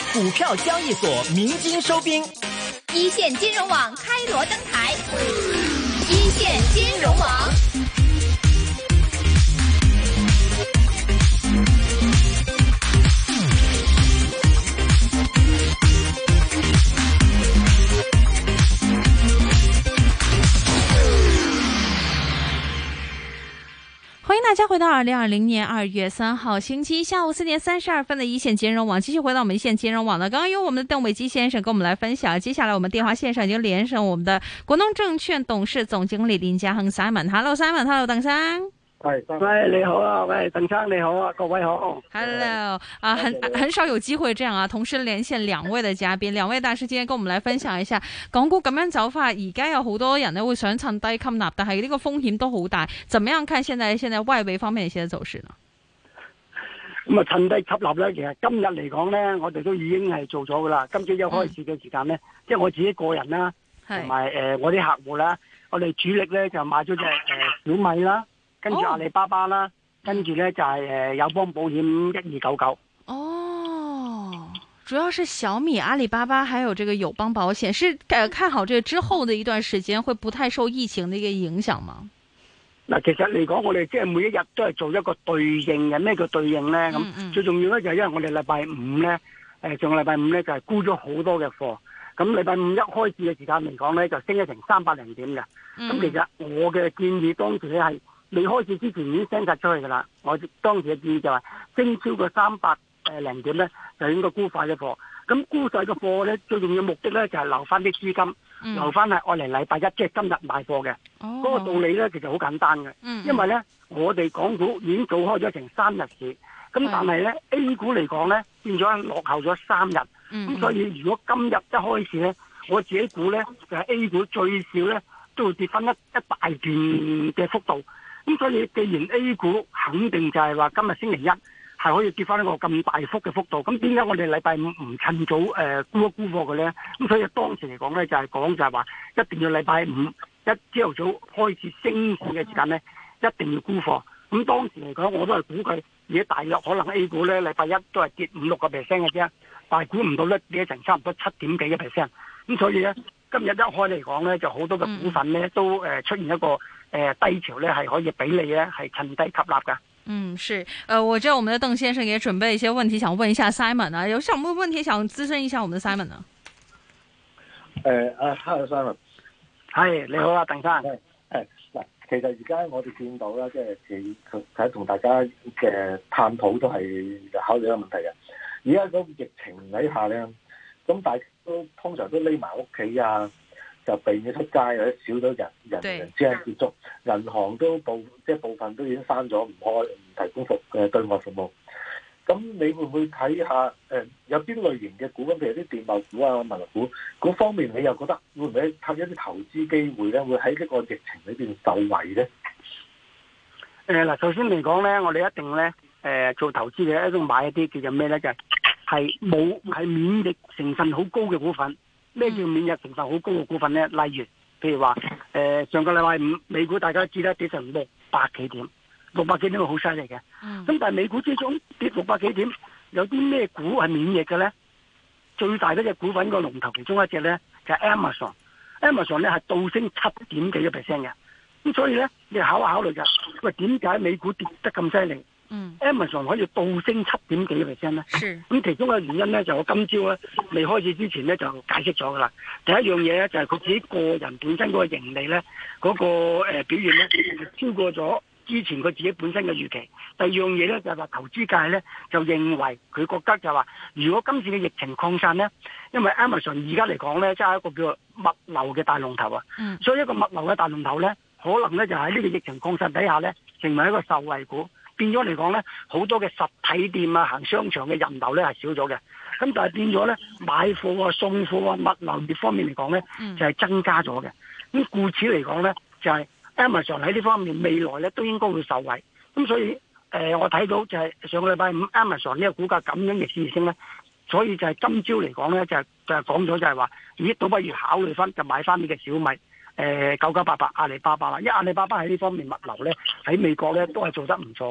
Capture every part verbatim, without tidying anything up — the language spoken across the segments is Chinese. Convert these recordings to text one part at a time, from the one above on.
股票交易所鸣金收兵， 一线金融网开锣登台，一线金融网。 欢迎大家回到二零二零年二月三号星期一下午四点三十二分的一线金融网，继续回到我们一线金融网呢。刚刚有我们的邓伟基先生跟我们来分享，接下来我们电话线上已经连上我们的国农证券董事总经理林家亨 Simon。Hello Simon，Hello 邓生。 喂，你好啊，喂，鄧生你好啊，各位好。 Hello， 啊，很很少有機會這樣啊，同時連線兩位的嘉賓，兩位大師今天跟我們來分享一下港股咁樣走法。而家有好多人呢會想趁低吸納，但係呢個風險都好大。怎麼樣看現在現在外圍方面一些走勢呢？ 咁啊，趁低吸納咧，其實今日嚟講咧，我哋都已經係做咗噶啦。今朝一開始嘅時間咧，嗯、即係我自己個人啦，同埋誒我啲客戶啦，我哋主力咧就買咗隻誒小米啦。跟住阿里巴巴啦，哦、跟住咧就係誒友邦保險一二九九。 哦，主要是小米、阿里巴巴，還有這個友邦保險，是誒看好這個之後的一段時間會不太受疫情的一個影響嗎？ 嗱，其實嚟講，我哋即係每一日都係做一個對應嘅。咩叫對應咧？咁、嗯嗯、最重要咧就係因為我哋禮拜五咧，誒上個禮拜五咧就係沽咗好多嘅貨。咁禮拜五一開始嘅時間嚟講咧，就升咗成三百零點嘅。咁、嗯、其實我嘅建議當時咧係。未開始之前已經升曬出去㗎啦！我當時嘅建議就係升超過三百誒零點咧，就應該沽快嘅貨。咁沽曬嘅貨咧，最重要目的咧就係留翻啲資金，嗯、留翻係愛嚟禮拜一，即係今日買貨嘅。嗰、哦、個道理咧其實好簡單嘅，嗯、因為咧我哋港股已經做開咗成三日市，咁但係咧 A 股嚟講咧變咗落後咗三日，咁、嗯、所以如果今日一開始咧，我自己估咧就係 A 股最少咧都會跌翻一一大段嘅幅度。咁所以，既然 A 股肯定就係話今日星期一係可以跌翻一個咁大幅嘅幅度，咁點解我哋禮拜五唔趁早誒、呃、沽一沽貨嘅咧？咁所以當時嚟講咧，就係、是、講就係話一定要禮拜五一朝頭早開始升市嘅時間咧，一定要沽貨。咁當時嚟講，我都係估計而家大約可能 A 股咧禮拜一都係跌五六個 percent 嘅啫，但係估唔到咧跌成差唔多七點幾嘅 percent。咁所以咧，今日一開嚟講咧，就好多嘅股份咧、嗯、都誒出現一個。誒、呃，低潮咧係可以俾你咧係趁低吸納噶。 嗯，是，呃，我知道我們的鄧先生也準備一些問題想問一下 Simon 啊，有什麼問題想諮詢一下我們的 Simon 呢？ 誒，阿 Hello Simon， 係你好啊，鄧生。 係係嗱，其實而家我哋見到啦，即係其實同大家嘅探討都係考慮一個問題嘅。而家嗰個疫情底下咧，咁大家都通常都匿埋屋企啊。就避免出街，或者少咗人人人之間接觸，銀行都部即係部分都已經閂咗，唔開唔提供服嘅對外服務。咁你會唔會睇下誒、呃、有邊類型嘅股份，譬如啲電貿股啊、物流股嗰方面，你又覺得會唔會睇一啲投資機會咧？會喺呢個疫情裏邊受惠咧？ 誒嗱、呃，首先嚟講咧，我哋一定咧誒、呃、做投資嘅一定買一啲叫做咩咧？就係係冇係免疫成分好高嘅股份。咩叫免疫成分好高嘅股份咧？例如，譬如話，誒、呃、上個禮拜五美股大家都知啦，跌成六百幾點，六百幾點係好犀利嘅。咁、嗯、但係美股之中跌六百幾點，有啲咩股係免疫嘅咧？最大嗰隻股份個龍頭其中一隻咧就係、是、Amazon，Amazon 咧係倒升七點幾個 percent 嘅。咁所以咧，你考下考慮就，喂點解美股跌得咁犀利？嗯、Amazon 可以倒升七點幾個 percent 咧，咁是其中嘅原因咧就我今朝咧未開始之前咧就解釋咗噶啦。第一樣嘢咧就係、是、佢自己個人本身嗰個盈利咧嗰、那個誒、呃、表現咧超過咗之前佢自己本身嘅預期。第二樣嘢咧就係、是、話投資界咧就認為佢覺得就話如果今次嘅疫情擴散咧，因為 Amazon 而家嚟講咧即係一個叫做物流嘅大龍頭啊，嗯、所以一個物流嘅大龍頭咧可能咧就喺呢個疫情擴散底下咧成為一個受惠股。變咗嚟講咧，好多嘅實體店啊、行商場嘅人流咧係少咗嘅，咁但係變咗咧買貨啊、送貨啊、物流業方面嚟講咧，就係、是、增加咗嘅。咁故此嚟講咧，就係、是、Amazon 喺呢方面未來咧都應該會受惠。咁所以誒、呃，我睇到就係上個禮拜五 Amazon 呢個股價咁樣嘅市升咧，所以就係今朝嚟講咧，就係、是、就係講咗就係話，咦，倒不如考慮翻就買翻呢個小米。誒九九八八阿里巴巴啦，因為阿里巴巴喺呢方面物流咧喺美國咧都係做得唔錯嘅。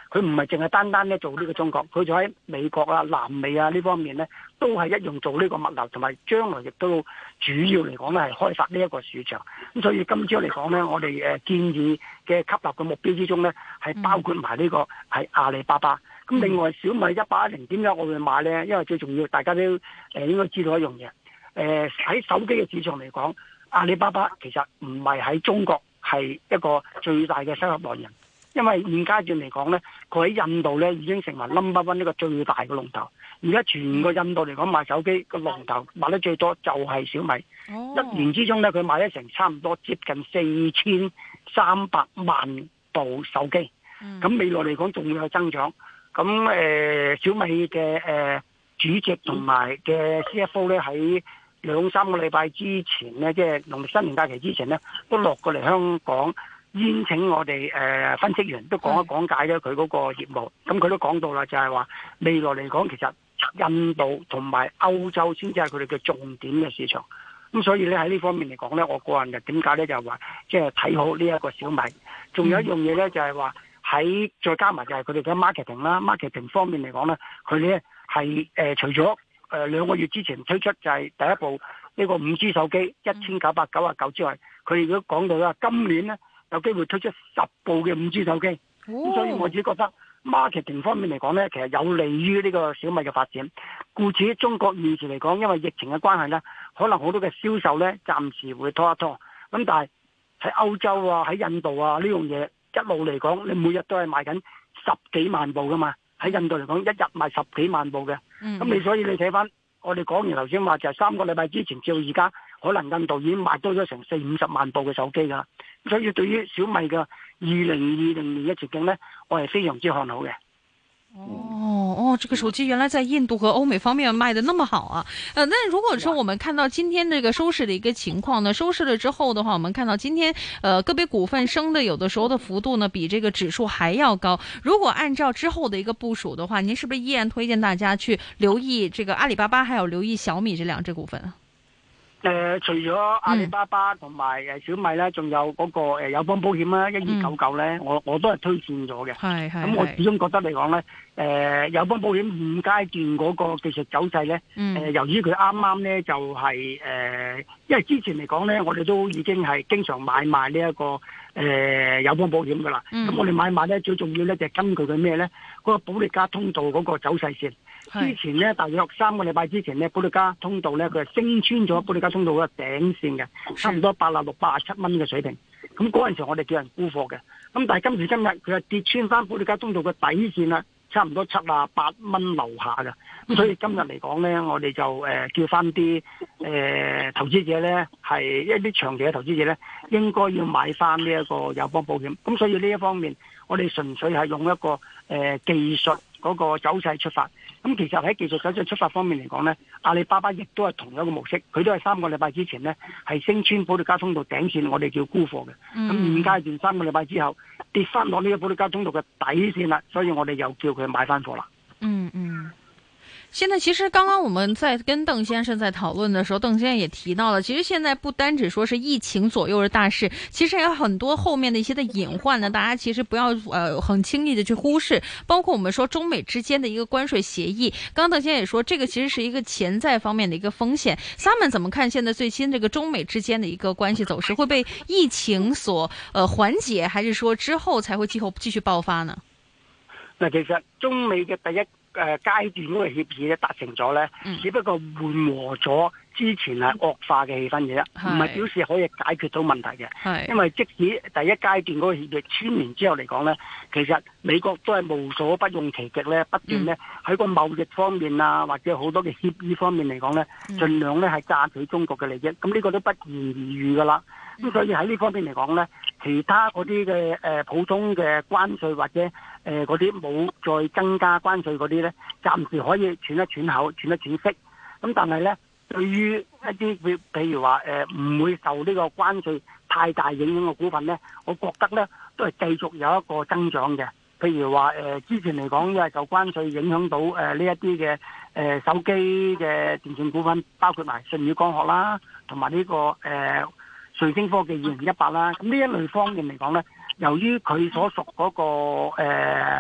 佢唔係淨係單單咧做呢個中國，佢就喺美國啊、南美啊呢方面咧，都係一樣做呢個物流，同埋將來亦都主要嚟講咧係開發呢一個市場。咁所以今朝嚟講咧，我哋誒建議嘅吸納嘅目標之中咧，係包括埋呢個係阿里巴巴。咁另外小米一八一零點解我會買咧？因為最重要，大家都誒應該知道一樣嘢。誒喺手機嘅市場嚟講，阿里巴巴其實唔係喺中國係一個最大嘅收入來源，因為現階段嚟講咧，佢喺印度咧已經成為 number one 呢個最大嘅龍頭。而家全個印度嚟講賣手機個龍頭賣得最多就係小米。Oh. 一年之中咧，佢賣咗成差唔多接近四千三百萬部手機。咁、mm. 未來嚟講仲會有增長。咁誒、呃、小米嘅誒、呃、主席同埋嘅 C F O 咧喺兩三個禮拜之前咧，即係農曆新年假期之前咧，都落過嚟香港邀請我哋誒、呃、分析員都講一講解咗佢嗰個業務。咁佢都講到啦，就係話未來嚟講，其實印度同埋歐洲先至係佢哋嘅重點嘅市場。咁所以咧喺呢方面嚟講咧，我個人就點解咧就係話，即係睇好呢一個小米。仲有一樣嘢咧就係話。喺再加埋就係佢哋嘅 marketing 啦 ，marketing 方面嚟講咧，佢咧係誒除咗誒兩個月之前推出就係第一部呢個五 G 手機一千九百九十九之外，佢哋都講到啦，今年咧有機會推出十部嘅五 G 手機。咁、哦、所以我自己覺得 marketing 方面嚟講咧，其實有利於呢個小米嘅發展。故此，中國現時嚟講，因為疫情嘅關係咧，可能好多嘅銷售咧暫時會拖一拖。咁但係喺歐洲啊、喺印度啊呢樣嘢。一路嚟講，你每日都係賣緊十幾萬部噶嘛？喺印度嚟講，一日賣十幾萬部嘅。咁、嗯、你所以你睇翻，我哋講完頭先話就係三個禮拜之前至到而家，可能印度已經賣多咗成四五十萬部嘅手機噶。所以對於小米嘅二零二零年嘅前景呢，我係非常之看好嘅。 哦哦，這個手機原來在印度和歐美方面賣得那麼好啊！呃，那如果說我們看到今天這個收市的一個情況呢，收市了之後的話，我們看到今天呃個別股份升的有的時候的幅度呢，比這個指數還要高。如果按照之後的一個部署的話，您是不是依然推薦大家去留意這個阿里巴巴，還有留意小米這兩隻股份啊？ 誒、呃，除咗阿里巴巴同埋誒小米咧，仲有嗰個誒友邦保險啦，一二九九咧，我我都係推薦咗嘅。係係。咁我始終覺得嚟講咧，誒、呃、友邦保險現階段嗰個技術走勢咧，誒、嗯呃、由於佢啱啱咧就係、是、誒、呃，因為之前嚟講咧，我哋都已經係經常買賣呢、這、一個誒、呃、友邦保險噶啦。咁、嗯、我哋買賣咧最重要咧就係根據佢咩咧？嗰、那個保利加通道嗰個走勢線。之前咧，大約三個禮拜之前咧，保利加通道咧，佢係升穿咗保利加通道嗰個頂線嘅，差唔多八啊六、八啊七蚊嘅水平。咁嗰陣時我哋叫人沽貨嘅。咁但係今時今日佢係跌穿翻保利加通道嘅底線啦，差唔多七啊八蚊樓下嘅。咁所以今日嚟講咧，我哋就誒、呃、叫翻啲誒投資者咧，係一啲長期嘅投資者咧，應該要買翻呢一個友邦保險。咁所以呢一方面，我哋純粹係用一個誒、呃、技術嗰個走勢出發。咁其實喺技術走勢出發方面嚟講呢，阿里巴巴亦都係同一個模式，佢都係三個禮拜之前呢係升穿保利加通道頂線，我哋叫沽貨嘅。咁、嗯、現階段三個禮拜之後跌翻落呢個保利加通道嘅底線啦，所以我哋又叫佢買翻貨啦。嗯嗯。 現在其實剛剛我們在跟鄧先生在討論的時候，鄧先生也提到了，其實現在不單只說是疫情左右的大勢，其實還有很多後面的一些的隱患呢，大家其實不要呃很輕易的去忽視，包括我們說中美之間的一個關稅協議，剛剛鄧先生也說這個其實是一個潛在方面的一個風險。Simon怎麼看現在最新這個中美之間的一個關係走勢，會被疫情所呃緩解，還是說之後才會繼續繼續爆發呢？ 嗱，其實中美嘅第一誒階段嗰個協議咧達成咗咧、嗯，只不過緩和咗之前係惡化嘅氣氛嘅啫，唔係表示可以解決到問題嘅。因為即使第一階段嗰個協議簽完之後嚟講咧，其實美國都係無所不用其極咧，不斷咧喺個貿易方面啊，或者好多嘅協議方面嚟講咧，盡量咧係榨取中國嘅利益。咁呢個都不言而喻噶啦。咁所以喺呢方面嚟講咧，其他嗰啲嘅誒普通嘅關稅或者誒嗰啲冇再增加關稅嗰啲咧，暫時可以喘一喘口、喘一喘息。咁但係咧，對於一啲譬譬如話誒唔會受呢個關稅太大影響嘅股份咧，我覺得咧都係繼續有一個增長嘅。譬如話誒、呃、之前嚟講，因為受關稅影響到誒呢一啲嘅誒手機嘅電信股份，包括埋舜宇光學啦，同埋呢個誒。呃瑞聲科技二零一八啦，咁呢一類方面嚟講咧，由於佢所屬嗰、那個誒、呃、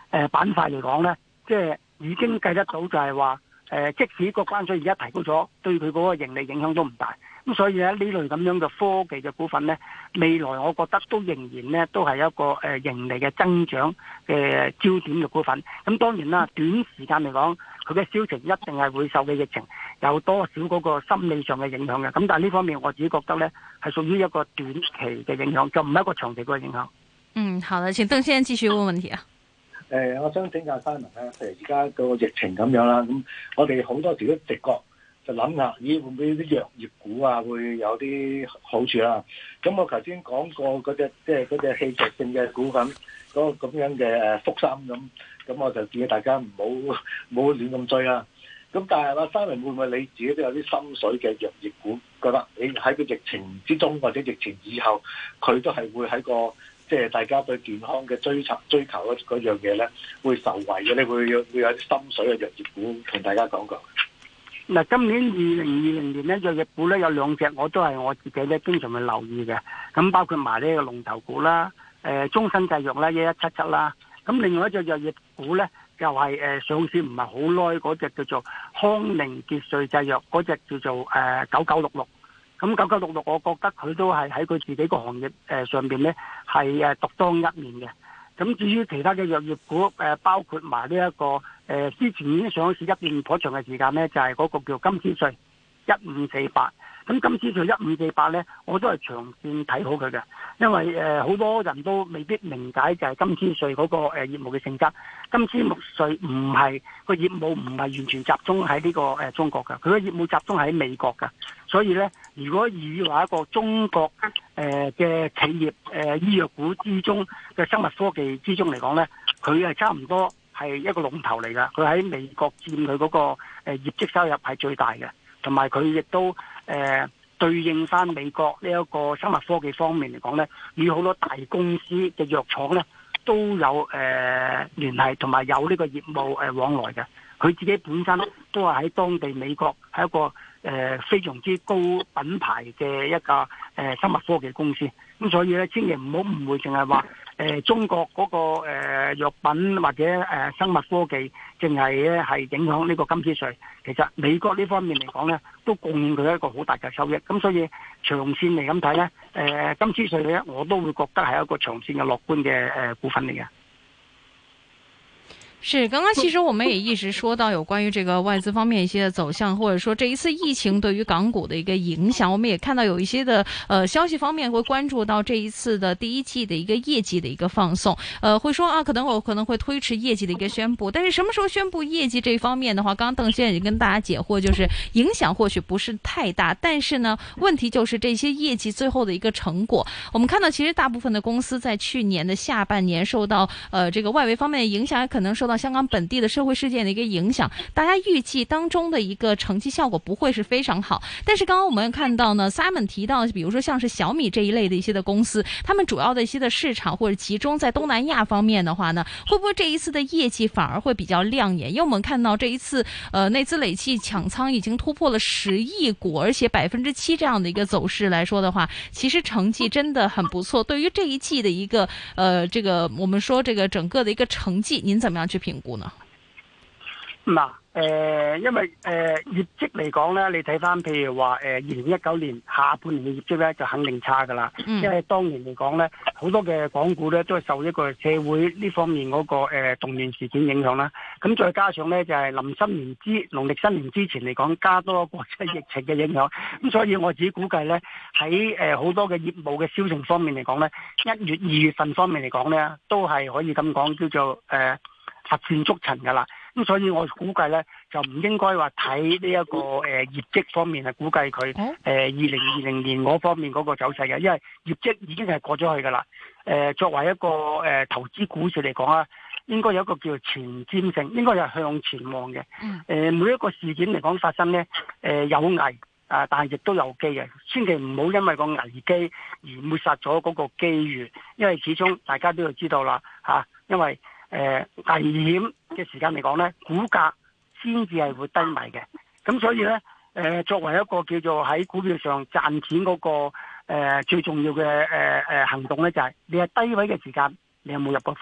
誒板塊嚟講咧，即係已經計得到就係話誒，即使個關稅而家提高咗，對佢嗰個盈利影響都唔大。咁所以咧，呢類咁樣嘅科技嘅股份咧，未來我覺得都仍然咧都係一個誒盈利嘅增長嘅焦點嘅股份。咁當然啦，短時間嚟講，佢嘅銷情一定係會受嘅疫情有多少嗰個心理上嘅影響嘅。咁但係呢方面我自己覺得咧係屬於一個短期嘅影響，就唔係一個長期嘅影響。 嗯，好的，請鄧先生繼續問問題啊。 誒、呃，我想請教 Simon 咧，譬如而家個疫情咁樣啦，咁我哋好多時都直覺就諗下，咦會唔會啲藥業股啊會有啲好處啦？咁我頭先講過嗰隻即係嗰隻戲劇性嘅股份，嗰、那個咁樣嘅誒福森咁，咁我就建議大家唔好唔好亂咁追啦。咁但係話 Simon 會唔會你自己都有啲心水嘅藥業股，覺得你喺個疫情之中或者疫情以後，佢都係會喺個即係大家對健康嘅追求追求嗰嗰樣嘢咧，會受惠嘅。你會有會有啲心水嘅藥業股同大家講講。 嗱，今年二零二零年咧，藥業股咧有兩隻，我都係我自己咧經常去留意嘅。咁包括埋呢個龍頭股啦，誒中生製藥啦，一一七七啦。咁另外一隻藥業股咧，就係、是、誒上市唔係好耐嗰隻叫做康寧傑瑞製藥，嗰隻叫做誒九九六六。咁九九六六，我覺得佢都係喺佢自己個行業誒上邊咧係誒獨當一面嘅。咁至於其他嘅藥業股，誒包括埋呢一個誒、呃、之前已經上市一段頗長嘅時間咧，就係、是、嗰個叫金斯瑞一五四八。咁金斯瑞一五四八咧，我都係長線睇好佢嘅，因為誒好、呃、多人都未必明解就係金斯瑞嗰個誒業務嘅性質。金斯瑞唔係個業務唔係完全集中喺呢、這個誒、呃、中國嘅，佢嘅業務集中喺美國嘅。所以咧，如果以話一個中國誒嘅、呃、企業誒、呃、醫藥股之中嘅生物科技之中嚟講咧，佢係差唔多係一個龍頭嚟噶。佢喺美國佔佢嗰個誒、呃、業績收入係最大嘅，同埋佢亦都誒、呃、對應翻美國呢一個生物科技方面嚟講咧，與好多大公司嘅藥廠咧都有誒、呃、聯繫，同埋有呢個業務誒、呃、往來嘅。佢自己本身都係喺當地美國係一個誒、呃、非常之高品牌嘅一個誒、呃、生物科技公司。咁所以咧，千祈唔好誤會，淨係話誒中國嗰、那個誒、呃、藥品或者誒、呃、生物科技，淨係咧係影響呢個金斯瑞。其實美國呢方面嚟講咧，都貢獻佢一個好大嘅收益。咁所以長線嚟咁睇咧，誒、呃、金斯瑞咧，我都會覺得係一個長線嘅樂觀嘅誒、呃、股份嚟嘅。 是，剛剛其實我們也一直說到有關於這個外資方面一些的走向，或者說這一次疫情對於港股的一個影響，我們也看到有一些的呃消息方面會關注到這一次的第一季的一個業績的一個放送，呃會說啊可能我可能會推遲業績的一個宣布，但是什麼時候宣布業績這一方面的話，剛剛鄧先生已經跟大家解惑，就是影響或許不是太大，但是呢問題就是這些業績最後的一個成果，我們看到其實大部分的公司在去年的下半年受到呃這個外圍方面的影響，可能受到香港本地的社會事件的一個影響，大家預計當中的一個成績效果不會是非常好。但是剛剛我們看到呢 Simon 提到比如說像是小米這一類的一些的公司，他們主要的一些的市場或者集中在東南亞方面的話呢，會不會這一次的業績反而會比較亮眼？因為我們看到這一次呃內資累計搶倉已經突破了十億股，而且百分之七這樣的一個走勢來說的話，其實成績真的很不錯。對於這一季的一個呃這個我們說這個整個的一個成績，您怎麼樣去評估？ 嗱，誒、呃，因為誒、呃、業績嚟講咧，你睇翻譬如話誒二零一九年下半年嘅業績咧，就肯定差噶啦。嗯、因為當年嚟講咧，好多嘅港股咧都係受一個社會呢方面嗰、那個誒、呃、動亂事件影響啦。咁再加上咧就係、是、臨新年之農曆新年之前嚟講，加多國際疫情嘅影響。咁所以我自己估計咧，喺誒好多嘅業務嘅銷情方面嚟講咧，一月、二月份方面嚟講咧，都係可以咁講叫做誒、呃、乏善足陳噶啦。咁所以我估計咧，就唔應該話睇呢一個誒、呃、業績方面係估計佢誒二零二零年嗰方面嗰個走勢嘅，因為業績已經係過咗去噶啦。誒、呃、作為一個誒、呃、投資股市嚟講啊，應該有一個叫做前瞻性，應該係向前望嘅。誒、呃、每一個事件嚟講發生咧，誒、呃、有危啊、呃，但係亦都有機嘅，千祈唔好因為個危機而抹殺咗嗰個機遇，因為始終大家都要知道啦嚇、啊，因為誒、呃、危險嘅時間嚟講咧，股價先至係會低迷嘅。咁所以咧，誒、呃、作為一個叫做喺股票上賺錢嗰、那個誒、呃、最重要嘅誒誒行動咧，就係、是、你係低位嘅時間，你有冇入過貨？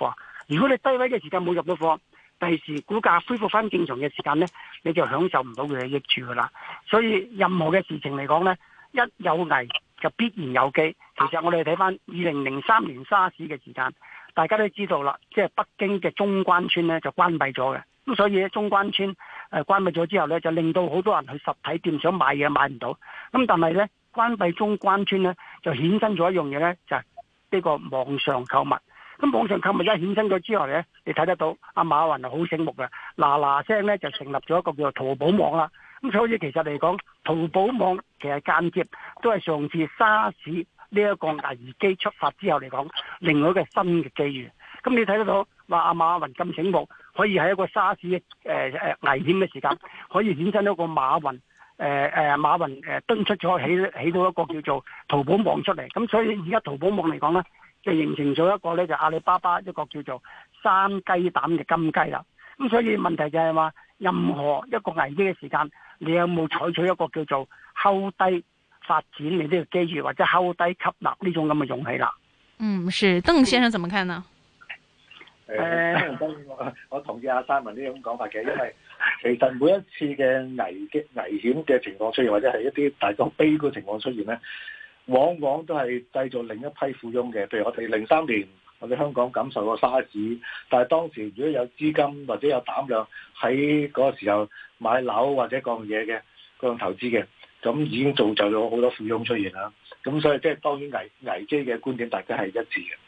如果你低位嘅時間冇入到貨，第時股價恢復翻正常嘅時間呢，你就享受唔到佢嘅益處噶啦。所以任何嘅事情嚟講呢，一有危就必然有機。其實我哋睇翻二零零三年沙士嘅時間，大家都知道啦，即係北京嘅中關村呢就關閉咗嘅。咁所以中關村誒關閉咗之後呢，就令到好多人去實體店想買嘢買唔到。咁但係呢，關閉中關村呢，就衍生咗一樣嘢呢，就係呢個網上購物。咁網上購物一衍生咗之後呢，你睇得到阿馬雲係好醒目嘅，嗱嗱聲呢就成立咗一個叫做淘寶網啦。咁所以其實嚟講，淘寶網其實間接都係上次沙士呢一個危機出發之後嚟講，另外一個新嘅機遇。咁你睇得到話阿馬雲咁醒目，可以喺一個沙士誒誒危險嘅時間，可以衍生一個馬雲誒誒、呃、馬雲誒敦促咗起起到一個叫做淘寶網出嚟。咁所以而家淘寶網嚟講呢，就形成咗一個咧，就阿里巴巴一個叫做生雞蛋嘅金雞啦。咁所以問題就係話，任何一個危機嘅時間，你有冇採取一個叫做睺低發展你呢個機遇，或者睺低吸納呢種咁嘅勇氣啦？ 嗯，是鄧先生怎麼看呢？ 誒、呃，當然我我同意阿三文呢種講法嘅，因為其實每一次嘅危機危險嘅情況出現，或者係一啲大眾悲觀情況出現咧，往往都係製造另一批富翁嘅。譬如我哋零三年，我哋香港感受過沙士，但係當時如果有資金或者有膽量喺嗰個時候買樓或者各樣嘢嘅各樣投資嘅，咁已經造就咗好多富翁出現啦。咁所以即係當然危危機嘅觀點大家係一致嘅。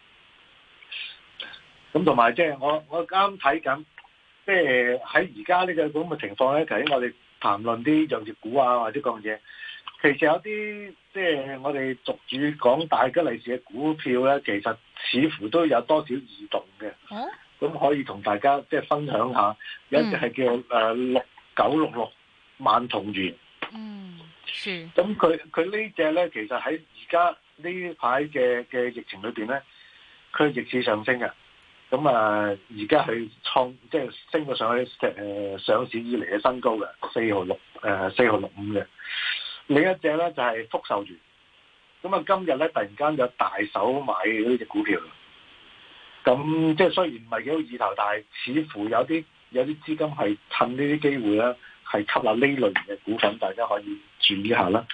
咁同埋即係我我啱睇緊，即係喺而家呢個咁嘅情況咧，頭先我哋談論啲藥業股啊或者各樣嘢。其實有啲即係我哋俗語講大吉利是嘅股票咧，其實似乎都有多少異動嘅。咁、啊、可以同大家即係分享下，有一隻係叫誒六九六六萬同源。 嗯，是。 咁佢佢呢隻咧，其實喺而家呢排嘅嘅疫情裏邊咧，佢逆市上升嘅。咁啊，而家係創即係升到上去誒、呃、上市以嚟嘅新高嘅，四號六誒四號六五嘅。另一隻咧就係福壽園，咁啊今日咧突然間有大手買呢隻股票，咁即係雖然唔係幾好意頭，但係似乎有啲有啲資金係趁呢啲機會咧，係吸納呢類型嘅股份，大家可以注意一下啦。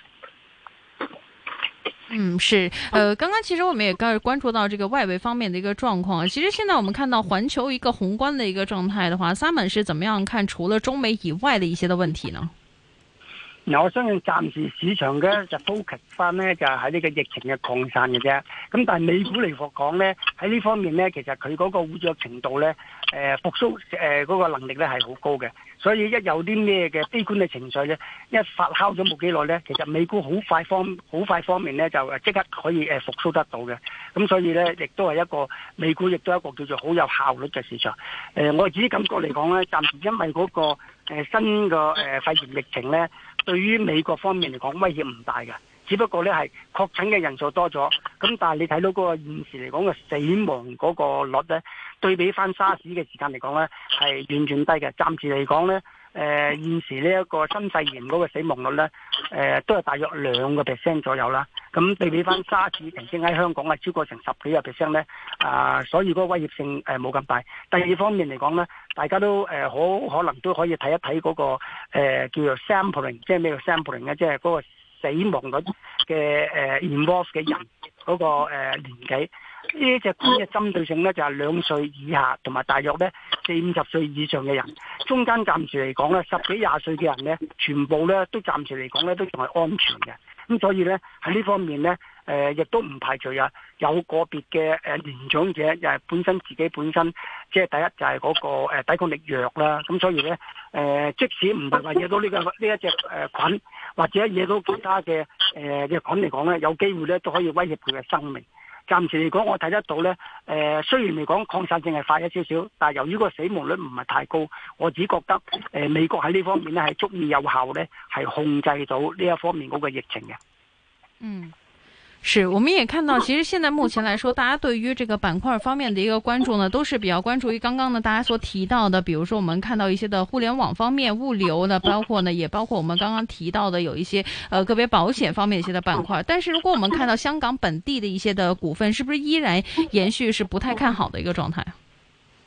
嗯，是，呃，剛剛其實我們也剛關注到這個外圍方面的一個狀況。其實現在我們看到環球一個宏觀的一個狀態的話，Simon是怎麼樣看除了中美以外的一些的問題呢？ 我相信暫時市場嘅就 focus 翻咧，就喺呢個疫情嘅擴散嘅啫。咁但係美股嚟講咧，喺呢方面咧，其實佢嗰個活躍程度咧，誒復甦誒嗰個能力咧係好高嘅。所以一有啲咩嘅悲觀嘅情緒咧，一發酵咗冇幾耐咧，其實美股好快方好快方面咧就即刻可以誒復甦得到嘅。咁所以咧，亦都係一個美股，亦都係一個叫做好有效率嘅市場。誒，我自己感覺嚟講咧，暫時因為嗰個誒新個誒肺炎疫情咧，對於美國方面嚟講威脅唔大嘅，只不過咧係確診嘅人數多咗，咁但係你睇到嗰個現時嚟講嘅死亡嗰個率咧，對比翻沙士嘅時間嚟講咧係遠遠低嘅。暫時嚟講咧，誒、呃、現時呢一個新肺炎嗰個死亡率咧，誒、呃、都係大約兩個 percent 左右啦。咁對比翻沙士曾經喺香港係超過成十幾個 percent 咧，啊、呃，所以嗰個威脅性誒冇咁大。第二方面嚟講咧，大家都誒好、呃、可能都可以睇一睇嗰、那個、呃、叫做 sampling， 即係咩叫 sampling 咧？即係嗰個死亡率嘅誒 involve 嘅人嗰、那個誒、呃、年紀。呢隻股嘅針對性咧就係兩歲以下同埋大約咧四五十歲以上嘅人，中間暫時嚟講咧十幾廿歲嘅人咧，全部咧都暫時嚟講咧都仲係安全嘅。咁所以咧喺呢方面咧，誒、呃、亦都唔排除啊有個別嘅誒年長者又係本身自己本身即係第一就係嗰個誒抵抗力弱啦。咁所以咧誒、呃、即使唔係話惹到呢、這個呢一隻誒菌，或者惹到其他嘅誒嘅菌嚟講咧，有機會咧都可以威脅佢嘅生命。暫時嚟講，我睇得到咧，誒、呃、雖然嚟講擴散性係快一少少，但係由於個死亡率唔係太高，我只覺得誒、呃、美國喺呢方面咧係足以有效咧，係控制到呢一方面嗰個疫情嘅。 嗯。是，我們也看到，其實現在目前來說，大家對於這個板塊方面的一個關注呢，都是比較關注於剛剛呢大家所提到的，比如說我們看到一些的互聯網方面、物流的，包括呢，也包括我們剛剛提到的有一些呃個別保險方面一些的板塊。但是如果我們看到香港本地的一些的股份，是不是依然延續是不太看好的一個狀態？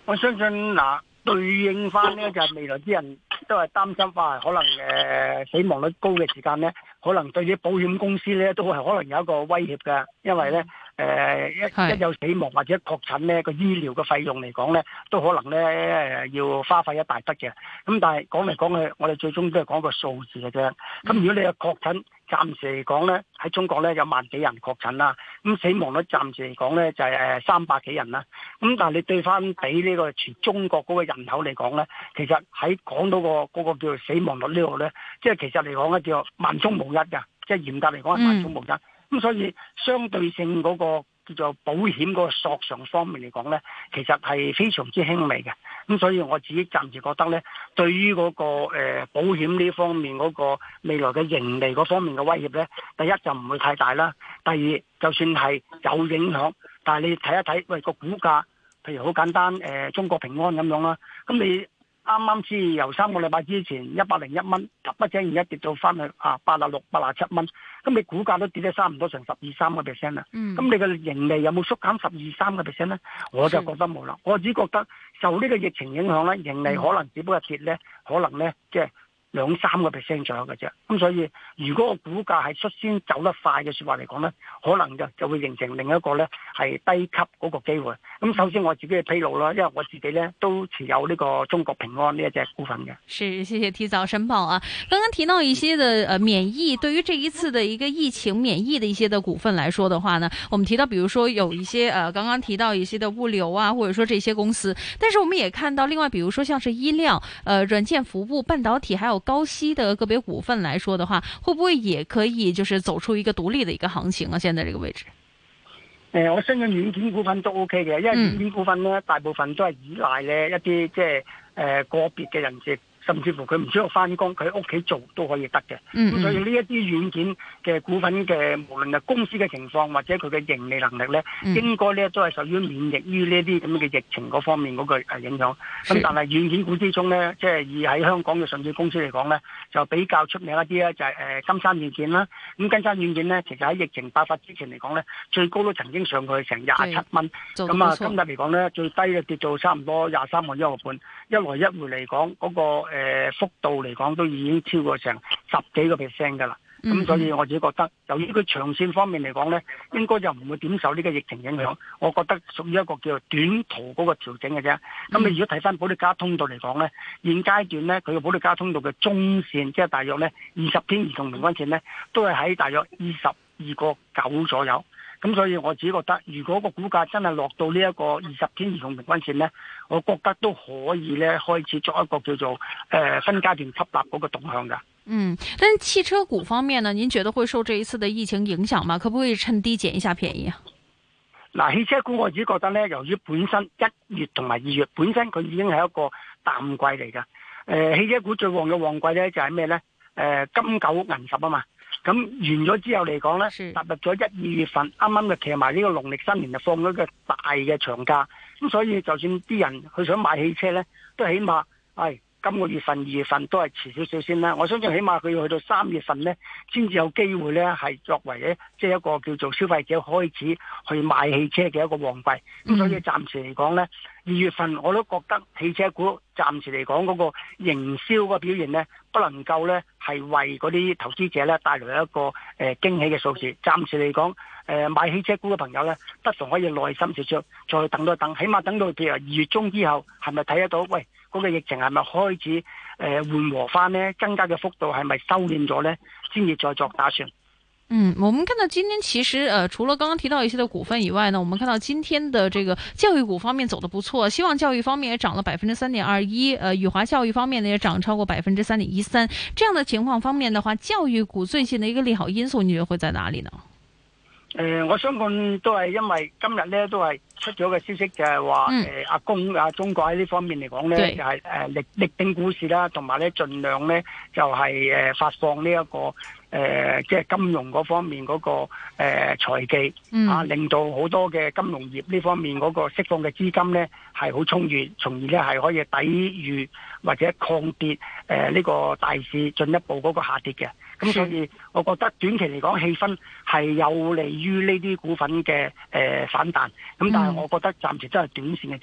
我相信嗱，對應翻咧就係未來啲人都係擔心話，可能誒、呃、死亡率高嘅時間咧，可能對啲保險公司咧都係可能有一個威脅嘅，因為咧誒、呃、一一有死亡或者確診咧個醫療嘅費用嚟講咧，都可能咧要花費一大筆嘅。咁但係講嚟講去，我哋最終都係講個數字嘅啫。咁如果你有確診，暫時嚟講咧，喺中國咧有萬幾人確診啦，咁死亡率暫時嚟講咧就係誒三百幾人啦。咁但係你對翻俾呢個全中國嗰個人口嚟講咧，其實喺講到個嗰個叫做死亡率呢個咧，即係其實嚟講咧叫萬中無一㗎，即係嚴格嚟講係萬中無一。咁、嗯、所以相對性嗰個叫做保險嗰個索償方面嚟講咧，其實係非常之輕微嘅。咁所以我自己暫時覺得咧，對於嗰、那個誒、呃、保險呢方面嗰個未來嘅盈利嗰方面嘅威脅咧，第一就唔會太大啦。第二，就算係有影響，但係你睇一睇，喂個股價，譬如好簡單誒、呃，中國平安咁樣啦，咁你啱啱先由三個禮拜之前一百零一蚊，急一聲而家跌到翻去啊八啊六、八啊七蚊，咁你股價都跌得差唔多成十二三個 percent 啦。咁、嗯、你嘅盈利有冇縮減十二三個 percent 咧？我就覺得冇啦。我只覺得受呢個疫情影響咧，盈利可能只不過跌咧，可能咧即係兩三個 percent 左右嘅啫。咁所以如果個股價係率先走得快嘅說話嚟講咧，可能就就會形成另一個咧係低級嗰個機會。咁首先我自己嘅披露啦，因為我自己咧都持有呢個中國平安呢一隻股份嘅。 是，謝謝提早申報啊！剛剛提到一些的呃免疫，對於這一次的一個疫情免疫的一些的股份來說的話呢，我們提到，比如說有一些呃剛剛提到一些的物流啊，或者說這些公司，但是我們也看到另外，比如說像是醫療、呃軟件服務、半導體，還有高息的個別股份來說的話，會不會也可以就是走出一個獨立的一個行情啊？現在這個位置？ 誒、呃，我相信軟件股份都 OK 嘅，因為軟件股份咧、嗯、大部分都係依賴咧一啲即係誒個別嘅人士。甚至乎佢唔需要翻工，佢喺屋企做都可以得嘅。咁、嗯嗯、所以呢一啲軟件嘅股份嘅，無論係公司嘅情況或者佢嘅盈利能力咧、嗯，應該咧都係屬於免疫於呢啲咁嘅疫情嗰方面嗰個誒影響。咁但係軟件股之中咧，即係以喺香港嘅上市公司嚟講咧，就比較出名一啲咧，就係誒金山軟件啦。咁金山軟件咧，其實喺疫情爆發之前嚟講咧，最高都曾經上去成廿七蚊。咁啊，今日嚟講咧，最低嘅跌到差唔多廿三個一毫半。一來一回嚟講，嗰、那個誒、呃、幅度嚟講都已經超過成十幾個 percent 㗎啦。咁、嗯、所以我自己覺得，由於佢長線方面嚟講咧，應該就唔會點受呢個疫情影響。我覺得屬於一個叫做短途嗰個調整嘅啫。咁、嗯、你如果睇翻保利加通道嚟講咧，現階段咧佢嘅保利加通道嘅中線，即係大約咧二十天移動平均線咧，都係喺大約二十二個九左右。咁所以我自己覺得，如果個股價真係落到呢一個二十天移動平均線呢，我覺得都可以咧開始作一個叫做誒、呃、分階段吸納嗰個動向㗎。 嗯，但係汽車股方面呢，您覺得會受這一次的疫情影響嗎？可不可以趁低撿一下便宜啊？ 嗱，汽車股我自己覺得呢，由於本身一月同埋二月本身佢已經係一個淡季嚟㗎。誒、呃，汽車股最旺嘅旺季呢，就係咩呢？誒、呃，金九銀十啊嘛。咁完咗之後嚟講咧，踏入咗一二月份，啱啱就騎埋呢個農曆新年，就放咗個大嘅長假。咁所以就算啲人佢想買汽車咧，都起碼係、哎、今個月份、二月份都係遲少少先啦。我相信起碼佢要去到三月份咧，先至有機會咧係作為咧即係一個叫做消費者開始去買汽車嘅一個旺季。咁、嗯、所以暫時嚟講咧，二月份我都覺得汽車股暫時嚟講嗰個營銷個表現咧，不能夠咧係為嗰啲投資者咧帶來一個誒、呃、驚喜嘅數字。暫時嚟講，誒、呃、買汽車股嘅朋友咧，不妨可以耐心少少，再等多等，起碼等到譬如二月中之後，係咪睇得到？喂，嗰、那個疫情係咪開始誒緩、呃、和翻呢？增加嘅幅度係咪收斂咗呢？先至再作打算。 嗯，我們看到今天其實呃，除了剛剛提到一些的股份以外呢，我們看到今天的這個教育股方面走得不錯，希望教育方面也漲了百分之三點二一，呃，宇華教育方面呢也漲超過百分之三點一三，這樣的情況方面的話，教育股最近的一個利好因素，你覺得會在哪裡呢？ 誒、呃，我相信都係因為今日咧都係出咗個消息，就係話誒阿公阿中國喺呢方面嚟講咧，就係誒力力定股市啦，同埋咧盡量咧就係、是、誒、呃、發放呢、這、一個誒即係金融嗰方面嗰、那個誒、呃、財技、嗯、啊，令到好多嘅金融業呢方面嗰個釋放嘅資金咧係好充裕，從而咧係可以抵禦或者抗跌誒呢、呃這個大市進一步嗰個下跌嘅。咁所以，我覺得短期嚟講，氣氛係有利於呢啲股份嘅誒、呃、反彈。咁但係，我覺得暫時真係短線嘅啫。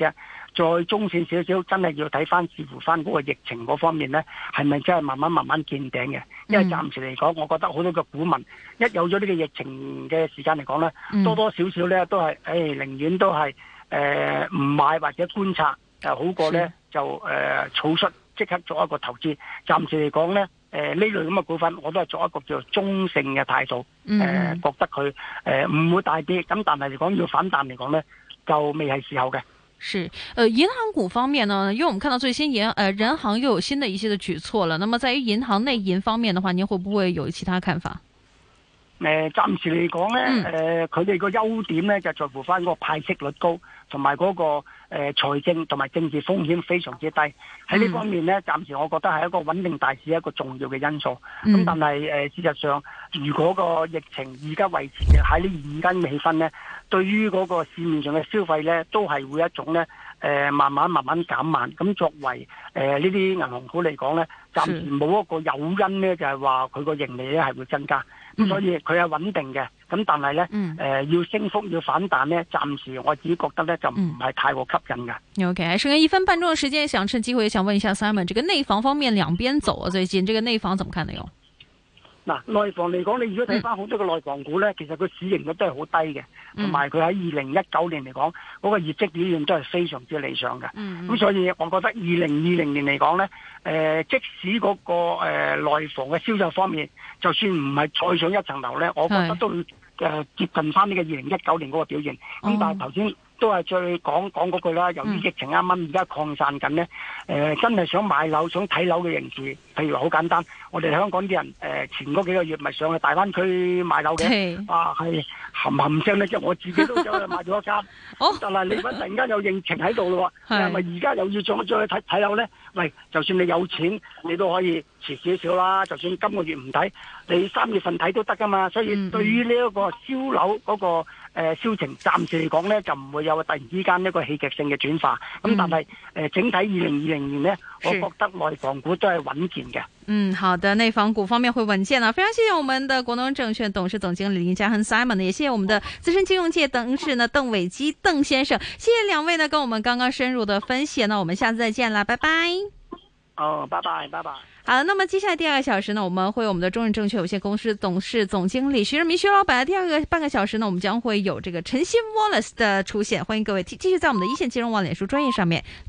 再中線少少，真係要睇翻視乎翻嗰個疫情嗰方面咧，係咪真係慢慢慢慢見頂嘅？因為暫時嚟講，我覺得好多嘅股民一有咗呢個疫情嘅時間嚟講咧，嗯、多多少少咧都係，誒、哎、寧願都係誒唔買或者觀察，誒好過咧就誒、呃、草率即刻做一個投資。暫時嚟講咧。誒，呢、呃、類咁嘅股份，我都係作一個叫做中性嘅態度，誒、嗯呃，覺得佢誒唔會大跌，咁但係嚟講要反彈嚟講呢，就未係時候嘅。 是，呃，銀行股方面呢，因為我們看到最新銀，呃，人行又有新的一些的舉措了。那麼在於銀行內銀方面的話，您會不會有其他看法？ 誒、呃，暫時嚟講呢，誒、嗯，佢哋個優點呢，就在乎翻嗰個派息率高，同埋嗰個誒財、呃、政同埋政治風險非常之低。喺呢方面呢，暫時我覺得係一個穩定大市一個重要嘅因素。咁、嗯、但係誒、呃，事實上，如果個疫情而家維持嘅喺呢現今嘅氣氛呢，對於嗰個市面上嘅消費呢，都係會一種呢，誒、呃，慢慢慢慢減慢。咁作為誒呢啲銀行股嚟講呢，暫時冇一個誘因呢，就係話佢個盈利呢係會增加。咁、嗯、所以佢係穩定嘅，咁但係咧，誒、嗯呃、要升幅要反彈咧，暫時我自己覺得咧就唔係太過吸引嘅。 OK，剩下一分半鐘嘅時間，想趁機會想問一下 Simon，這個內房方面兩邊走啊，最近這個內房怎麼看呢？用？ 嗱，內房嚟講，你如果睇翻好多嘅內房股咧，嗯、其實佢市盈率都係好低嘅，同埋佢喺二零一九年嚟講，嗰、那個業績表現都係非常之理想嘅。咁、嗯、所以我覺得二零二零年嚟講咧，誒、呃，即使嗰、那個誒、呃、內房嘅銷售方面，就算唔係再上一層樓咧，我覺得都會誒、呃、接近翻呢個二零一九年嗰個表現。咁、嗯、但係頭先都係再講講嗰句啦，由於疫情啱啱而家擴散緊咧，誒、呃、真係想買樓、想睇樓嘅人士，譬如話好簡單，我哋香港啲人誒、呃、前嗰幾個月咪上去大灣區買樓嘅，是啊係冚冚聲咧，即係我自己都走去買咗一間。哦，但係你突然間有疫情喺度咯，係咪而家又要再再去睇睇樓咧？喂，就算你有錢，你都可以遲少少啦。就算今個月唔睇，你三月份睇都得噶嘛。所以對於呢一個銷樓嗰、那個誒、呃、銷情，暫時嚟講咧就唔會有突然之間一個戲劇性嘅轉化。咁、嗯、但係誒、呃、整體二零二零年咧，我覺得內房股都係穩健嘅。 嗯，好的，內房股方面會穩健啊。非常謝謝我們的國農證券董事總經理林家亨 Simon， 也謝謝我們的資深金融界董事呢鄧偉基鄧先生。謝謝兩位呢跟我們剛剛深入的分析。那我們下次再見啦，拜拜。 哦，拜拜，拜拜。 好，那麼接下來第二個小時呢，我們會有我們的中潤證券有限公司董事總經理徐潤民徐老闆。第二個半個小時呢，我們將會有這個陳昕 Wallace 的出現，歡迎各位繼繼續在我們的一線金融網臉書專頁上面